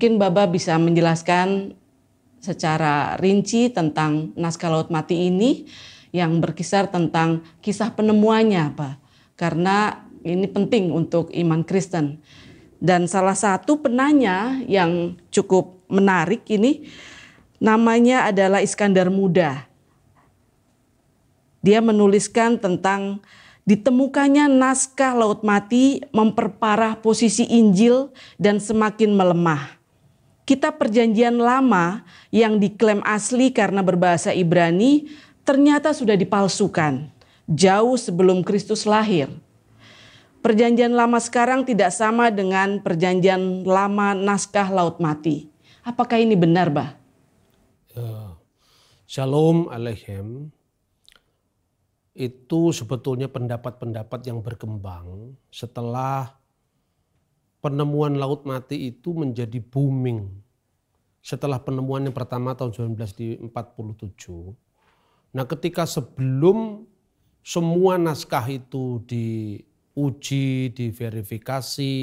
Mungkin Baba bisa menjelaskan secara rinci tentang naskah Laut Mati ini yang berkisar tentang kisah penemuannya, Pak. Karena ini penting untuk iman Kristen. Dan salah satu penanya yang cukup menarik ini namanya adalah Iskandar Muda. Dia menuliskan tentang ditemukannya naskah Laut Mati memperparah posisi Injil dan semakin melemah. Kitab Perjanjian Lama yang diklaim asli karena berbahasa Ibrani ternyata sudah dipalsukan jauh sebelum Kristus lahir. Perjanjian Lama sekarang tidak sama dengan Perjanjian Lama naskah Laut Mati. Apakah ini benar, Bah? Shalom Aleichem. Itu sebetulnya pendapat-pendapat yang berkembang setelah penemuan Laut Mati itu menjadi booming. Setelah penemuan yang pertama tahun 1947. Nah, ketika sebelum semua naskah itu diuji, diverifikasi,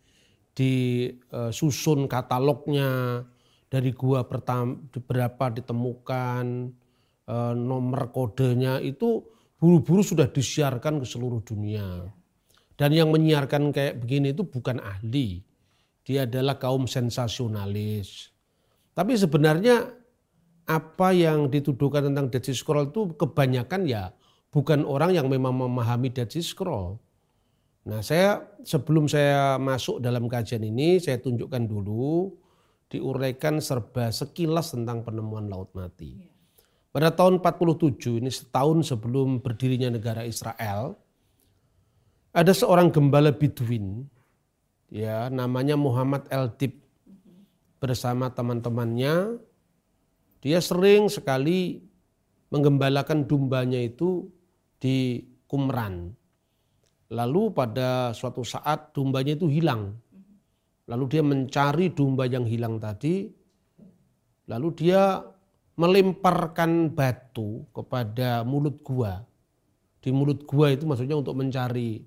disusun katalognya, dari gua berapa ditemukan, nomor kodenya itu buru-buru sudah disiarkan ke seluruh dunia. Dan yang menyiarkan kayak begini itu bukan ahli, dia adalah kaum sensasionalis. Tapi sebenarnya apa yang dituduhkan tentang Dead Sea Scroll itu kebanyakan ya bukan orang yang memang memahami Dead Sea Scroll. Nah, sebelum saya masuk dalam kajian ini, saya tunjukkan dulu, diuraikan serba sekilas tentang penemuan Laut Mati. Pada tahun 47, ini setahun sebelum berdirinya negara Israel, ada seorang gembala Bedouin, ya namanya Muhammad El-Dib, bersama teman-temannya. Dia sering sekali menggembalakan dombanya itu di Qumran. Lalu pada suatu saat dombanya itu hilang. Lalu dia mencari domba yang hilang tadi. Lalu dia melemparkan batu kepada mulut gua. Di mulut gua itu maksudnya untuk mencari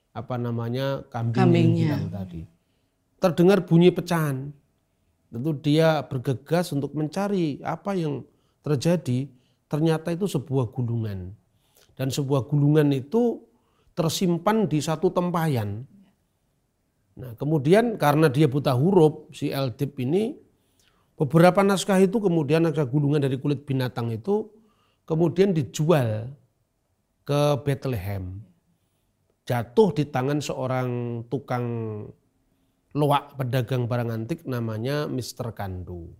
kambing yang hilang tadi. Terdengar bunyi pecahan. Tentu dia bergegas untuk mencari apa yang terjadi. Ternyata itu sebuah gulungan. Dan sebuah gulungan itu tersimpan di satu tempayan. Nah, kemudian karena dia buta huruf, si El-Dib ini, beberapa naskah itu kemudian naskah gulungan dari kulit binatang itu kemudian dijual ke Bethlehem. Jatuh di tangan seorang tukang loak pedagang barang antik namanya Mr. Kando.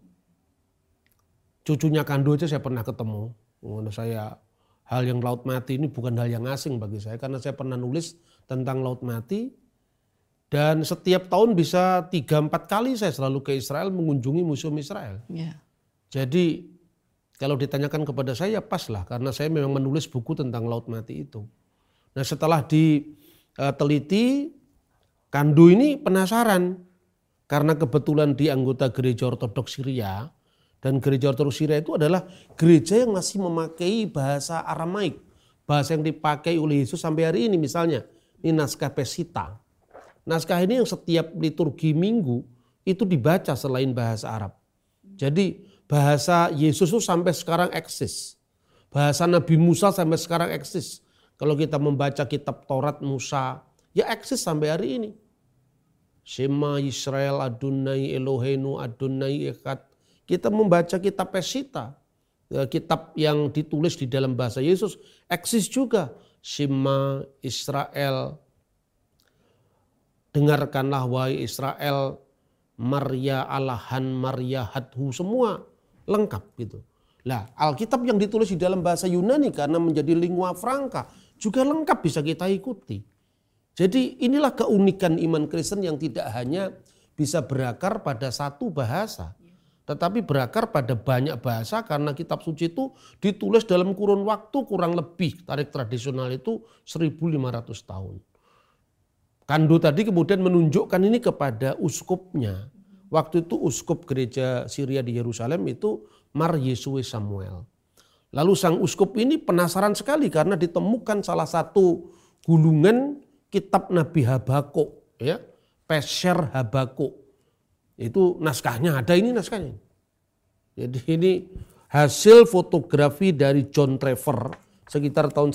Cucunya Kando aja saya pernah ketemu. Menurut saya hal yang Laut Mati ini bukan hal yang asing bagi saya karena saya pernah nulis tentang Laut Mati. Dan setiap tahun bisa 3-4 kali saya selalu ke Israel mengunjungi Museum Israel. Yeah. Jadi kalau ditanyakan kepada saya pas lah karena saya memang menulis buku tentang Laut Mati itu. Nah, setelah diteliti, Kando ini penasaran karena kebetulan di anggota gereja Ortodoks Syria, dan gereja Ortodoks Syria itu adalah gereja yang masih memakai bahasa Aramaik, bahasa yang dipakai oleh Yesus sampai hari ini. Misalnya ini naskah Pesita. Naskah ini yang setiap liturgi minggu itu dibaca selain bahasa Arab. Jadi bahasa Yesus itu sampai sekarang eksis. Bahasa Nabi Musa sampai sekarang eksis. Kalau kita membaca kitab Taurat Musa, ya eksis sampai hari ini. Shema Yisrael Adonai Eloheinu Adonai Echad. Kita membaca kitab Pesita, kitab yang ditulis di dalam bahasa Yesus, eksis juga. Shema Israel, dengarkanlah wahai Israel, Maria Alahan, Maria Hadhu, semua lengkap gitu. Lah, Alkitab yang ditulis di dalam bahasa Yunani karena menjadi lingua franca juga lengkap bisa kita ikuti. Jadi inilah keunikan iman Kristen yang tidak hanya bisa berakar pada satu bahasa, tetapi berakar pada banyak bahasa karena kitab suci itu ditulis dalam kurun waktu kurang lebih tarik tradisional itu 1500 tahun. Kando tadi kemudian menunjukkan ini kepada uskupnya. Waktu itu uskup gereja Syria di Yerusalem itu Mar Yesue Samuel. Lalu sang uskup ini penasaran sekali karena ditemukan salah satu gulungan kitab Nabi Habakuk, ya, Pesher Habakuk. Itu naskahnya, ada ini naskahnya. Jadi ini hasil fotografi dari John Trevor sekitar tahun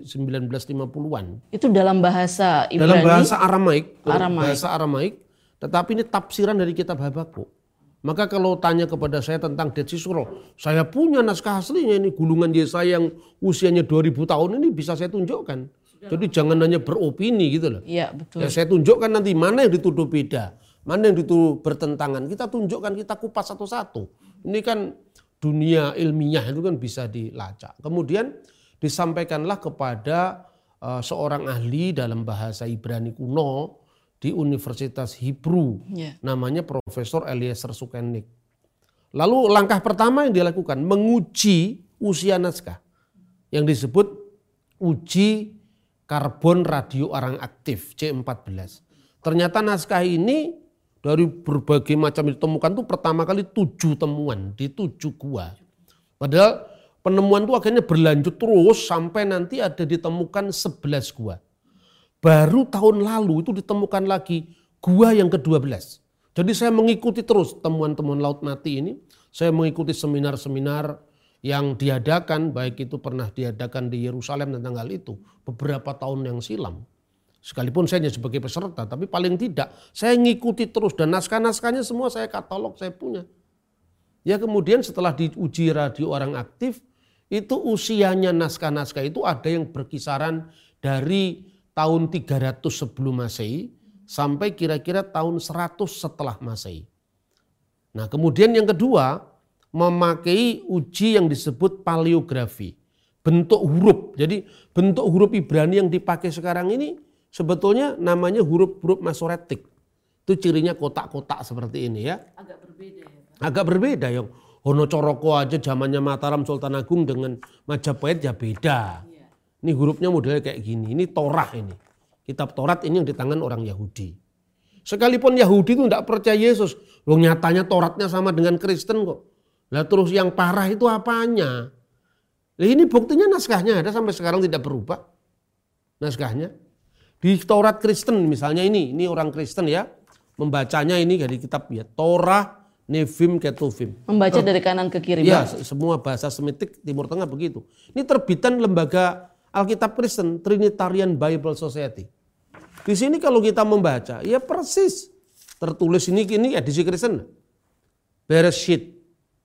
1950-an. Itu dalam bahasa Ibrani? Dalam bahasa Aramaik. Bahasa Aramaik. Tetapi ini tafsiran dari kitab Habakuk. Maka kalau tanya kepada saya tentang Dead Sea Scroll, saya punya naskah aslinya ini, gulungan Yesaya yang usianya 2000 tahun ini bisa saya tunjukkan. Jadi jangan hanya beropini gitu loh. Iya, betul. Ya saya tunjukkan nanti mana yang dituduh beda, mana yang dituduh bertentangan. Kita tunjukkan, kita kupas satu-satu. Ini kan dunia ilmiah itu kan bisa dilacak. Kemudian disampaikanlah kepada seorang ahli dalam bahasa Ibrani kuno di Universitas Hebrew, namanya Profesor Eliezer Sukenik. Lalu langkah pertama yang dilakukan menguji usia naskah yang disebut uji karbon radio arang aktif C14. Ternyata naskah ini dari berbagai macam ditemukan tuh pertama kali 7 temuan di 7 gua. Padahal penemuan itu akhirnya berlanjut terus sampai nanti ada ditemukan 11 gua. Baru tahun lalu itu ditemukan lagi gua yang ke-12. Jadi saya mengikuti terus temuan-temuan Laut Mati ini. Saya mengikuti seminar-seminar yang diadakan, baik itu pernah diadakan di Yerusalem tentang hal itu beberapa tahun yang silam. Sekalipun saya hanya sebagai peserta, tapi paling tidak saya ngikuti terus dan naskah-naskahnya semua saya katalog, saya punya. Ya kemudian setelah diuji radio orang aktif, itu usianya naskah-naskah itu ada yang berkisaran dari tahun 300 sebelum Masehi sampai kira-kira tahun 100 setelah Masehi. Nah kemudian yang kedua memakai uji yang disebut paleografi. Bentuk huruf. Jadi bentuk huruf Ibrani yang dipakai sekarang ini sebetulnya namanya huruf-huruf Masoretik. Itu cirinya kotak-kotak seperti ini ya. Agak berbeda ya Pak? Agak berbeda ya. Hono Coroko aja zamannya Mataram Sultan Agung dengan Majapahit ya beda. Ini hurufnya modelnya kayak gini. Ini Torah ini. Kitab Taurat ini yang di tangan orang Yahudi. Sekalipun Yahudi itu tidak percaya Yesus. Loh nyatanya Tauratnya sama dengan Kristen kok. Lah terus yang parah itu apanya? Nah, ini buktinya naskahnya ada sampai sekarang tidak berubah. Naskahnya. Di Taurat Kristen misalnya ini orang Kristen ya. Membacanya ini dari kitab ya. Torah, Nevim, Ketuvim. Membaca dari kanan ke kiri. Ya semua bahasa Semitik Timur Tengah begitu. Ini terbitan lembaga Alkitab Kristen, Trinitarian Bible Society. Di sini kalau kita membaca, ya persis tertulis ini edisi Kristen. Bereshit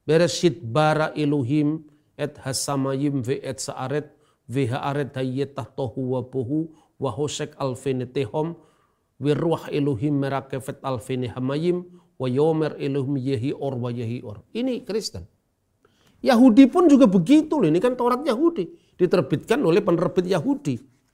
bara Elohim et hasamayim ve et saaret ve haaret hayetah tohu wa bohu wa hosek alfenetehom ve ruah Elohim merakefet alfenehamayim wa yomer Elohim yehi or wa yehi or. Ini Kristen. Yahudi pun juga begitu loh. Ini kan Taurat Yahudi. Diterbitkan oleh penerbit Yahudi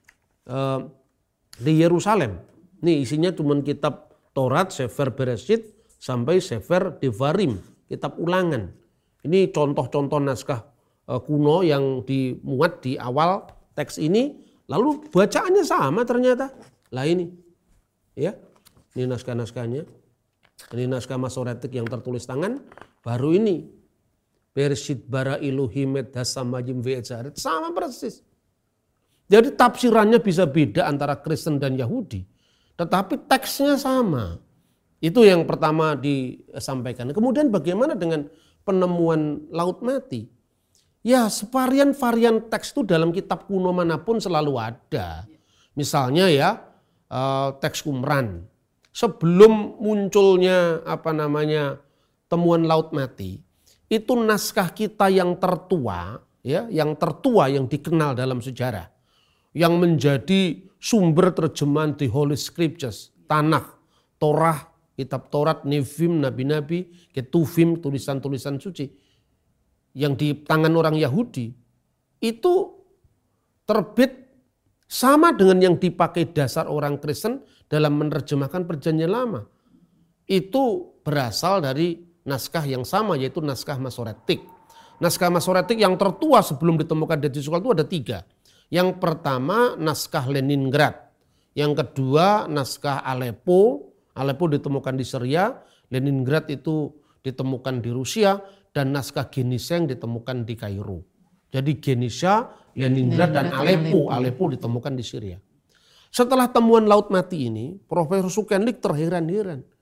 di Yerusalem. Nih isinya cuma kitab Taurat, Sefer Bereshit sampai Sefer Devarim, kitab ulangan. Ini contoh-contoh naskah kuno yang dimuat di awal teks ini. Lalu bacaannya sama ternyata. Lah ini ya, ini naskah-naskahnya. Ini naskah Masoretik yang tertulis tangan. Baru ini Bereshit bara Elohim et hasamayim ve et saaret, sama persis. Jadi tafsirannya bisa beda antara Kristen dan Yahudi. Tetapi teksnya sama. Itu yang pertama disampaikan. Kemudian bagaimana dengan penemuan Laut Mati? Ya varian-varian teks itu dalam kitab kuno manapun selalu ada. Misalnya ya teks Qumran. Sebelum munculnya temuan Laut Mati, itu naskah kita yang tertua ya, yang dikenal dalam sejarah, yang menjadi sumber terjemahan di Holy Scriptures, Tanakh, Torah, kitab Taurat, Nevim, nabi-nabi, Ketuvim, tulisan-tulisan suci yang di tangan orang Yahudi itu terbit sama dengan yang dipakai dasar orang Kristen dalam menerjemahkan Perjanjian Lama. Itu berasal dari naskah yang sama, yaitu naskah Masoretik. Naskah Masoretik yang tertua sebelum ditemukan Dead Sea Scroll itu ada 3. Yang pertama naskah Leningrad. Yang kedua naskah Aleppo. Aleppo ditemukan di Syria. Leningrad itu ditemukan di Rusia. Dan naskah Genisha yang ditemukan di Kairo. Jadi Genisha, Leningrad dan Aleppo. Aleppo ditemukan di Syria. Setelah temuan Laut Mati ini, Profesor Sukenik terheran-heran.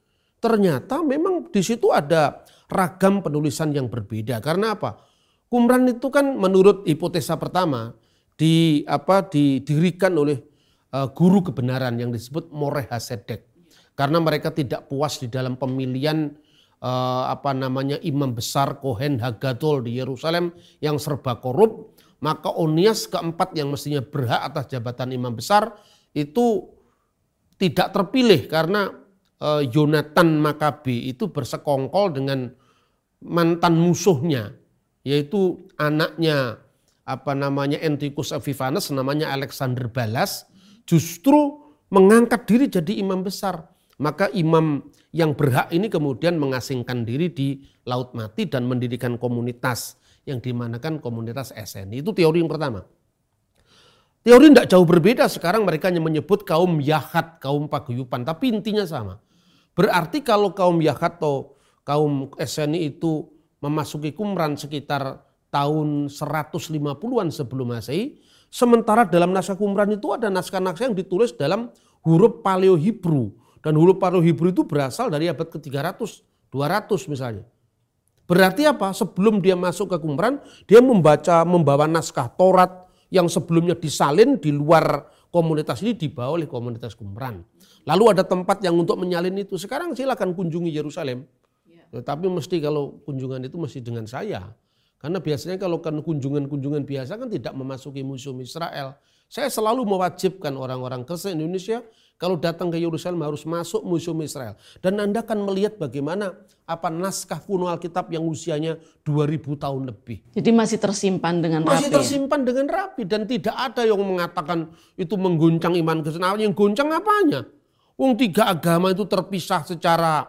ternyata memang di situ ada ragam penulisan yang berbeda. Karena apa? Qumran itu kan menurut hipotesa pertama didirikan oleh guru kebenaran yang disebut Moreh Hasedek. Karena mereka tidak puas di dalam pemilihan imam besar Kohen Hagadol di Yerusalem yang serba korup, maka Onias keempat yang mestinya berhak atas jabatan imam besar itu tidak terpilih karena Yonatan Makabe itu bersekongkol dengan mantan musuhnya, yaitu anaknya Antiochus Epiphanes, namanya Alexander Balas, justru mengangkat diri jadi imam besar. Maka imam yang berhak ini kemudian mengasingkan diri di Laut Mati dan mendirikan komunitas yang dimanakan komunitas SNI. Itu teori yang pertama. Teori tidak jauh berbeda, sekarang mereka hanya menyebut kaum Yahat, kaum paguyuban, tapi intinya sama. Berarti kalau kaum Yahat atau kaum SNI itu memasuki Qumran sekitar tahun 150-an sebelum Masehi, sementara dalam naskah Qumran itu ada naskah-naskah yang ditulis dalam huruf Paleo-Hibru. Dan huruf Paleo-Hibru itu berasal dari abad ke-300, 200 misalnya. Berarti apa? Sebelum dia masuk ke Qumran, dia membawa naskah Taurat yang sebelumnya disalin di luar komunitas ini dibawa oleh komunitas Qumran. Lalu ada tempat yang untuk menyalin itu. Sekarang silakan kunjungi Yerusalem. Tapi mesti kalau kunjungan itu mesti dengan saya. Karena biasanya kalau kan kunjungan-kunjungan biasa kan tidak memasuki museum Israel. Saya selalu mewajibkan orang-orang Kristen Indonesia kalau datang ke Yerusalem harus masuk museum Israel. Dan Anda akan melihat bagaimana naskah kuno Alkitab yang usianya 2000 tahun lebih. Jadi masih tersimpan dengan rapi. Masih tersimpan dengan rapi dan tidak ada yang mengatakan itu mengguncang iman Kristen. Yang goncang apanya? Wong tiga agama itu terpisah secara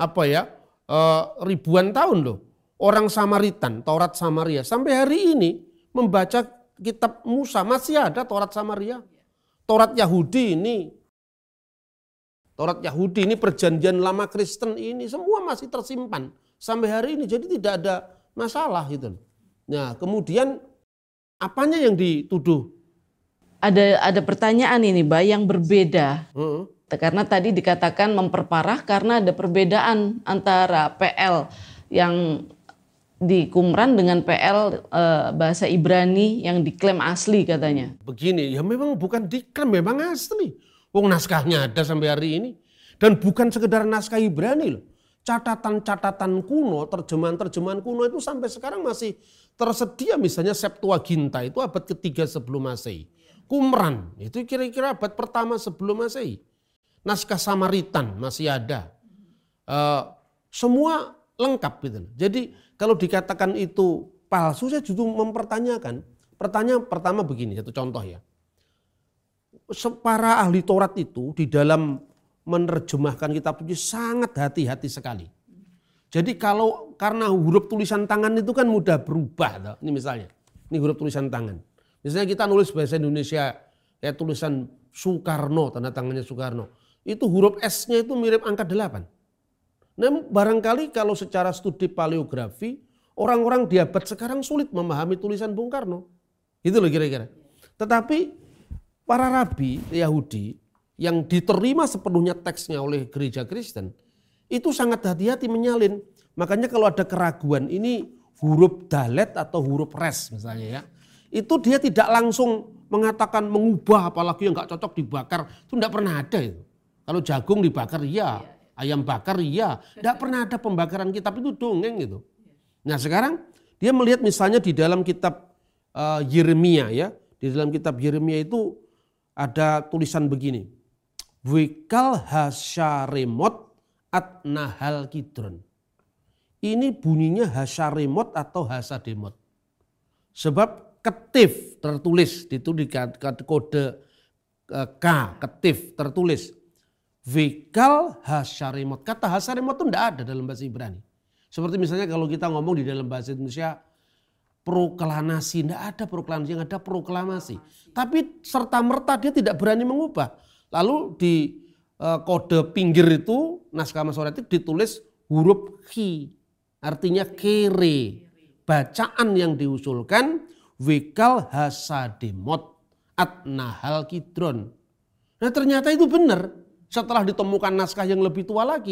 ribuan tahun loh. Orang Samaritan, Taurat Samaria sampai hari ini membaca kitab Musa masih ada Taurat Samaria. Taurat Yahudi ini perjanjian lama Kristen ini semua masih tersimpan sampai hari ini. Jadi tidak ada masalah gitu. Nah, kemudian apanya yang dituduh? Ada pertanyaan ini, Mbak, yang berbeda. Karena tadi dikatakan memperparah karena ada perbedaan antara PL yang di Qumran dengan PL bahasa Ibrani yang diklaim asli katanya. Begini, ya memang bukan diklaim, memang asli. Wong naskahnya ada sampai hari ini. Dan bukan sekedar naskah Ibrani loh. Catatan-catatan kuno, terjemahan-terjemahan kuno itu sampai sekarang masih tersedia. Misalnya Septuaginta itu abad ketiga sebelum Masehi. Qumran itu kira-kira abad pertama sebelum Masehi. Naskah Samaritan masih ada. Semua lengkap gitu. Jadi kalau dikatakan itu palsu, saya justru mempertanyakan. Pertanyaan pertama begini, satu contoh ya. Para ahli Taurat itu di dalam menerjemahkan kitab suci sangat hati-hati sekali. Jadi karena huruf tulisan tangan itu kan mudah berubah. Ini misalnya, ini huruf tulisan tangan. Misalnya kita nulis bahasa Indonesia kayak tulisan Soekarno, tanda tangannya Soekarno. Itu huruf S-nya itu mirip angka 8. Nah, barangkali kalau secara studi paleografi, orang-orang di abad sekarang sulit memahami tulisan Bung Karno. Itu loh kira-kira. Tetapi para rabi Yahudi yang diterima sepenuhnya teksnya oleh gereja Kristen, itu sangat hati-hati menyalin. Makanya kalau ada keraguan ini huruf dalet atau huruf res misalnya ya, itu dia tidak langsung mengatakan mengubah, apalagi yang gak cocok dibakar. Itu tidak pernah ada itu. Kalau jagung dibakar iya. Ayam bakar iya, tidak pernah ada pembakaran kitab, itu dongeng gitu. Nah sekarang dia melihat misalnya di dalam kitab Yeremia ya, di dalam kitab Yeremia itu ada tulisan begini, Wikal Hasharemot at Nahal Kidron. Ini bunyinya Hasharemot atau Hasademot. Sebab ketif tertulis itu di kode K, ketif tertulis. Wikal Hasharemot. Kata Hasharemot itu tidak ada dalam bahasa Ibrani. Seperti misalnya kalau kita ngomong di dalam bahasa Indonesia proklamasi, tidak ada proklamasi, yang ada proklamasi. Tapi serta merta dia tidak berani mengubah. Lalu di kode pinggir itu naskah Masoretik ditulis huruf Ki, artinya kere. Bacaan yang diusulkan Wikal Hasademot at Nahal Kidron. Nah ternyata itu benar. Setelah ditemukan naskah yang lebih tua lagi.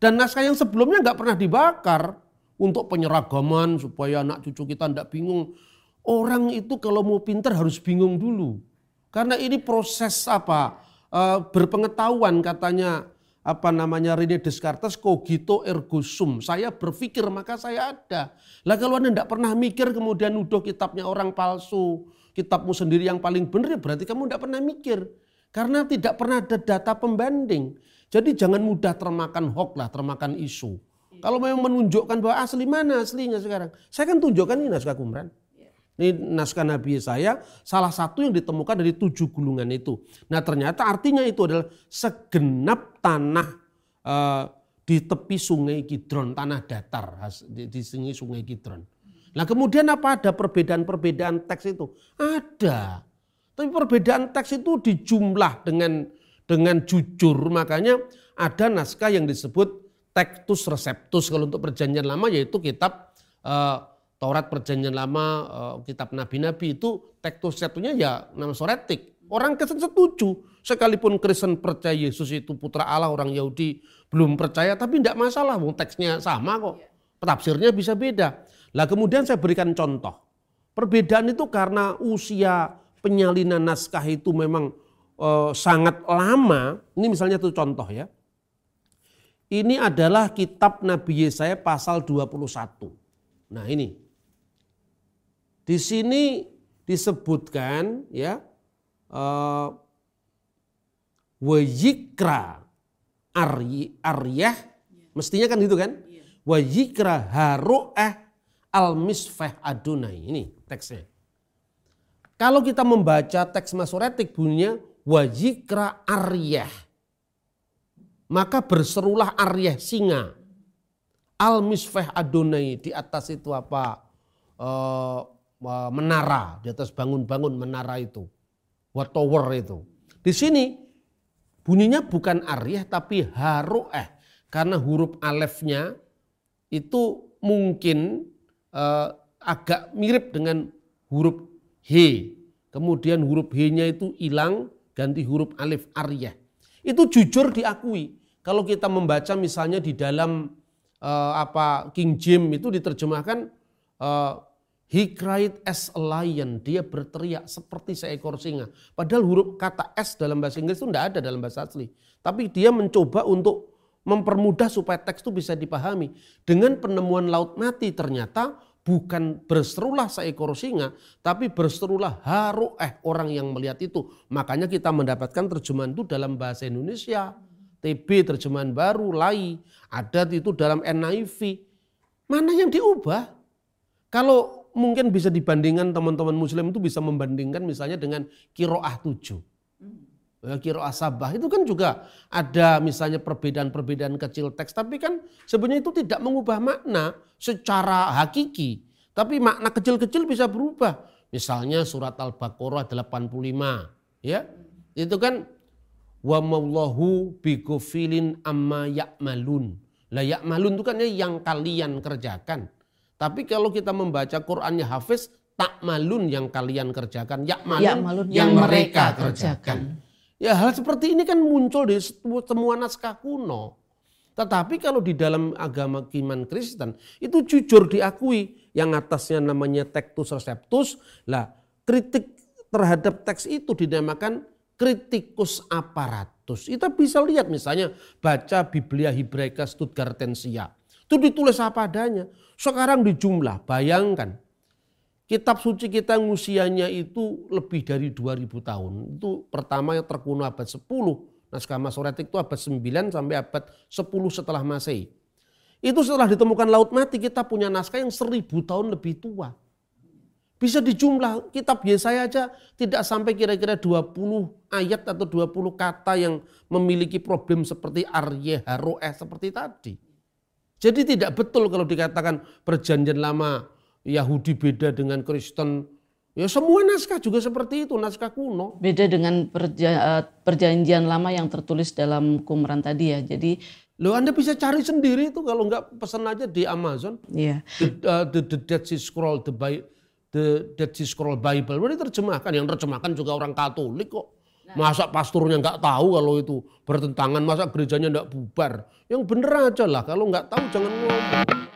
Dan naskah yang sebelumnya nggak pernah dibakar untuk penyeragaman supaya anak cucu kita nggak bingung. Orang itu kalau mau pinter harus bingung dulu. Karena ini proses berpengetahuan katanya René Descartes, cogito ergo sum. Saya berpikir maka saya ada. Lah kalau Anda tidak pernah mikir kemudian nuduh kitabnya orang palsu, kitabmu sendiri yang paling benar, berarti kamu tidak pernah mikir. Karena tidak pernah ada data pembanding. Jadi jangan mudah termakan hoax lah, termakan isu. Kalau memang menunjukkan bahwa asli mana aslinya sekarang. Saya kan tunjukkan ini naskah Qumran. Ini naskah Nabi Yesaya, salah satu yang ditemukan dari 7 gulungan itu. Nah ternyata artinya itu adalah segenap tanah di tepi sungai Kidron, tanah datar di sungai Kidron. Nah kemudian apa ada perbedaan-perbedaan teks itu? Ada. Tapi perbedaan teks itu dijumlah dengan jujur. Makanya ada naskah yang disebut Textus Receptus kalau untuk Perjanjian Lama, yaitu kitab Taurat Perjanjian Lama, kitab Nabi-Nabi itu Textus Receptusnya ya nama soretik. Orang Kristen setuju. Sekalipun Kristen percaya Yesus itu putra Allah, orang Yahudi belum percaya, tapi tidak masalah. Teksnya sama kok. Tafsirnya bisa beda. Lah kemudian saya berikan contoh. Perbedaan itu karena usia penyalinan naskah itu memang sangat lama. Ini misalnya tuh contoh ya. Ini adalah kitab Nabi Yesaya pasal 21. Nah ini. Di sini disebutkan ya wayikra aryah, mestinya kan gitu kan? Wayikra haru'ah al-misfeh Adonai. Ini teksnya. Kalau kita membaca teks Masoretik bunyinya wayikra aryah. Maka berserulah aryah singa. Al-misfeh Adonai, di atas itu menara, di atas bangun-bangun menara itu. Tower itu. Di sini bunyinya bukan aryah tapi haru'ah. Karena huruf alefnya itu mungkin agak mirip dengan huruf he. Kemudian huruf he-nya itu hilang, ganti huruf alif aryah. Itu jujur diakui. Kalau kita membaca misalnya di dalam King James itu diterjemahkan he cried as a lion, dia berteriak seperti seekor singa. Padahal huruf kata S dalam bahasa Inggris itu tidak ada dalam bahasa asli. Tapi dia mencoba untuk mempermudah supaya teks itu bisa dipahami. Dengan penemuan laut mati ternyata bukan berserulah seekor singa, tapi berserulah haru'eh, orang yang melihat itu. Makanya kita mendapatkan terjemahan itu dalam bahasa Indonesia. TB terjemahan baru, LAI, ada itu dalam NIV. Mana yang diubah? Kalau mungkin bisa dibandingkan teman-teman muslim itu bisa membandingkan misalnya dengan Qiraah 7. Qiraah Sabah itu kan juga ada misalnya perbedaan-perbedaan kecil teks. Tapi kan sebenarnya itu tidak mengubah makna secara hakiki. Tapi makna kecil-kecil bisa berubah. Misalnya surat Al-Baqarah 85. Ya, itu kan wa mallahu bighafilin amma ya'malun. Lah ya'malun itu kan yang kalian kerjakan. Tapi kalau kita membaca Qur'annya Hafiz, takmalun yang kalian kerjakan, ya'malun yang mereka kerjakan. Ya hal seperti ini kan muncul di semua naskah kuno. Tetapi kalau di dalam agama iman Kristen itu jujur diakui, yang atasnya namanya Textus Receptus. Lah kritik terhadap teks itu dinamakan kritikus apparatus. Kita bisa lihat misalnya baca Biblia Hebraica Stuttgartensia. Itu ditulis apa adanya. Sekarang dijumlah, bayangkan. Kitab suci kita yang usianya itu lebih dari 2000 tahun. Itu pertama yang terkuno abad 10. Naskah Masoretik itu abad 9 sampai abad 10 setelah Masehi. Itu setelah ditemukan laut mati kita punya naskah yang 1000 tahun lebih tua. Bisa dijumlah, kitab Yesaya aja tidak sampai kira-kira 20 ayat atau 20 kata yang memiliki problem seperti aryeh, haroeh seperti tadi. Jadi tidak betul kalau dikatakan Perjanjian Lama Yahudi beda dengan Kristen. Ya semua naskah juga seperti itu, naskah kuno. Beda dengan Perjanjian Lama yang tertulis dalam Qumran tadi ya. Jadi Anda bisa cari sendiri itu, kalau enggak pesan aja di Amazon. Iya. The Dead Sea Scroll, the Dead Sea Scroll Bible. Ini terjemahkan, yang terjemahkan juga orang Katolik kok. Masa pasturnya nggak tahu kalau itu bertentangan, masa gerejanya nggak bubar. Yang bener aja lah, kalau nggak tahu jangan ngomong.